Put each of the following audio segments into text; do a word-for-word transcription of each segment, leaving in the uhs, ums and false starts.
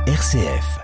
R C F.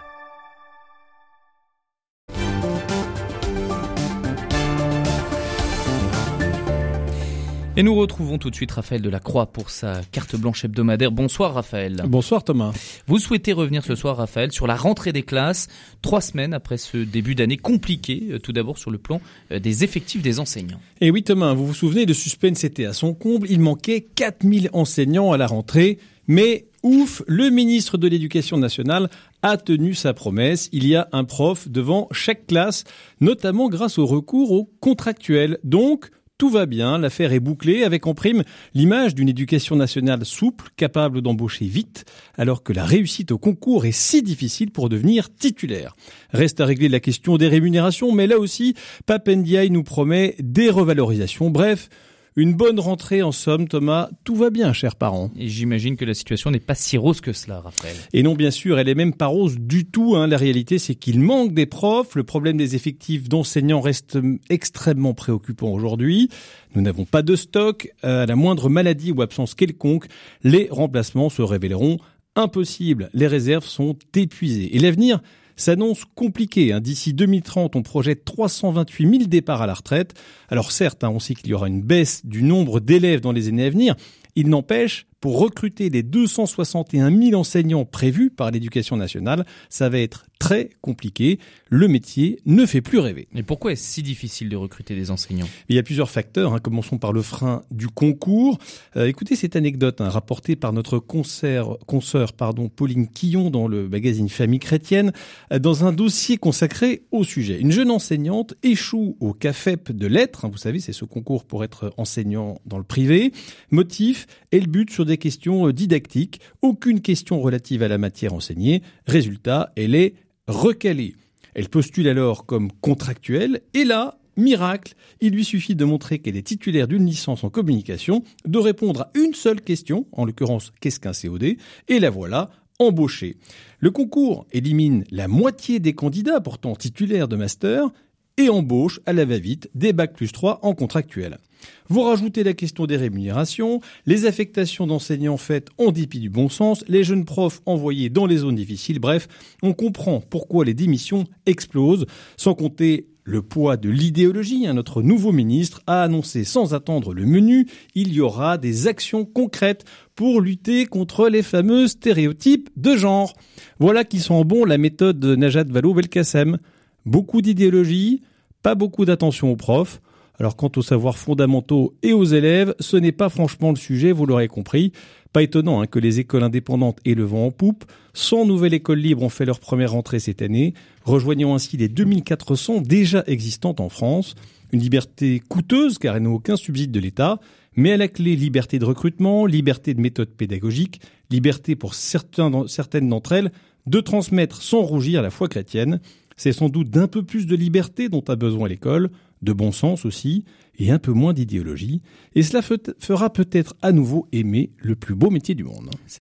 Et nous retrouvons tout de suite Raphaël Delacroix pour sa carte blanche hebdomadaire. Bonsoir Raphaël. Bonsoir Thomas. Vous souhaitez revenir ce soir Raphaël sur la rentrée des classes, trois semaines après ce début d'année compliqué, tout d'abord sur le plan des effectifs des enseignants. Et oui Thomas, vous vous souvenez, le suspense était à son comble, il manquait quatre mille enseignants à la rentrée, mais ouf, le ministre de l'Éducation nationale a tenu sa promesse, il y a un prof devant chaque classe, notamment grâce au recours aux contractuels. Donc, tout va bien, l'affaire est bouclée, avec en prime l'image d'une éducation nationale souple, capable d'embaucher vite, alors que la réussite au concours est si difficile pour devenir titulaire. Reste à régler la question des rémunérations, mais là aussi, Pape Ndiaye nous promet des revalorisations. Bref, une bonne rentrée en somme, Thomas, tout va bien, chers parents. Et j'imagine que la situation n'est pas si rose que cela, Raphaël. Et non, bien sûr, elle est même pas rose du tout, hein. La réalité, c'est qu'il manque des profs. Le problème des effectifs d'enseignants reste extrêmement préoccupant aujourd'hui. Nous n'avons pas de stock. À la moindre maladie ou absence quelconque, les remplacements se révéleront impossibles. Les réserves sont épuisées. Et l'avenir s'annonce compliqué. Hein. D'ici deux mille trente, on projette trois cent vingt-huit mille départs à la retraite. Alors certes, hein, on sait qu'il y aura une baisse du nombre d'élèves dans les années à venir. Il n'empêche, pour recruter les deux cent soixante et un mille enseignants prévus par l'Éducation nationale, ça va être très compliqué. Le métier ne fait plus rêver. Et pourquoi est-ce si difficile de recruter des enseignants ? Il y a plusieurs facteurs. Hein. Commençons par le frein du concours. Euh, écoutez cette anecdote hein, rapportée par notre consoeur, consoeur, pardon, Pauline Quillon dans le magazine Famille chrétienne, euh, dans un dossier consacré au sujet. Une jeune enseignante échoue au CAFEP de lettres. Hein, vous savez, c'est ce concours pour être enseignant dans le privé. Motif, elle bute sur des questions didactiques, aucune question relative à la matière enseignée. Résultat, elle est recalée. Elle postule alors comme contractuelle et là, miracle, il lui suffit de montrer qu'elle est titulaire d'une licence en communication, de répondre à une seule question, en l'occurrence, qu'est-ce qu'un C O D, et la voilà embauchée. Le concours élimine la moitié des candidats pourtant titulaires de master et embauche à la va-vite des bac plus trois en contractuel. Vous rajoutez la question des rémunérations, les affectations d'enseignants faites en dépit du bon sens, les jeunes profs envoyés dans les zones difficiles, bref, on comprend pourquoi les démissions explosent, sans compter le poids de l'idéologie. Notre nouveau ministre a annoncé sans attendre le menu, il y aura des actions concrètes pour lutter contre les fameux stéréotypes de genre. Voilà qui sent bon la méthode de Najat Vallaud-Belkacem. Beaucoup d'idéologie, pas beaucoup d'attention aux profs. Alors quant aux savoirs fondamentaux et aux élèves, ce n'est pas franchement le sujet, vous l'aurez compris. Pas étonnant hein, que les écoles indépendantes aient le vent en poupe. cent nouvelles écoles libres ont fait leur première rentrée cette année, rejoignant ainsi les deux mille quatre cents déjà existantes en France. Une liberté coûteuse car elle n'a aucun subside de l'État, mais à la clé liberté de recrutement, liberté de méthode pédagogique, liberté pour certains, certaines d'entre elles de transmettre sans rougir la foi chrétienne. C'est sans doute d'un peu plus de liberté dont a besoin l'école, de bon sens aussi, et un peu moins d'idéologie. Et cela fera peut-être à nouveau aimer le plus beau métier du monde.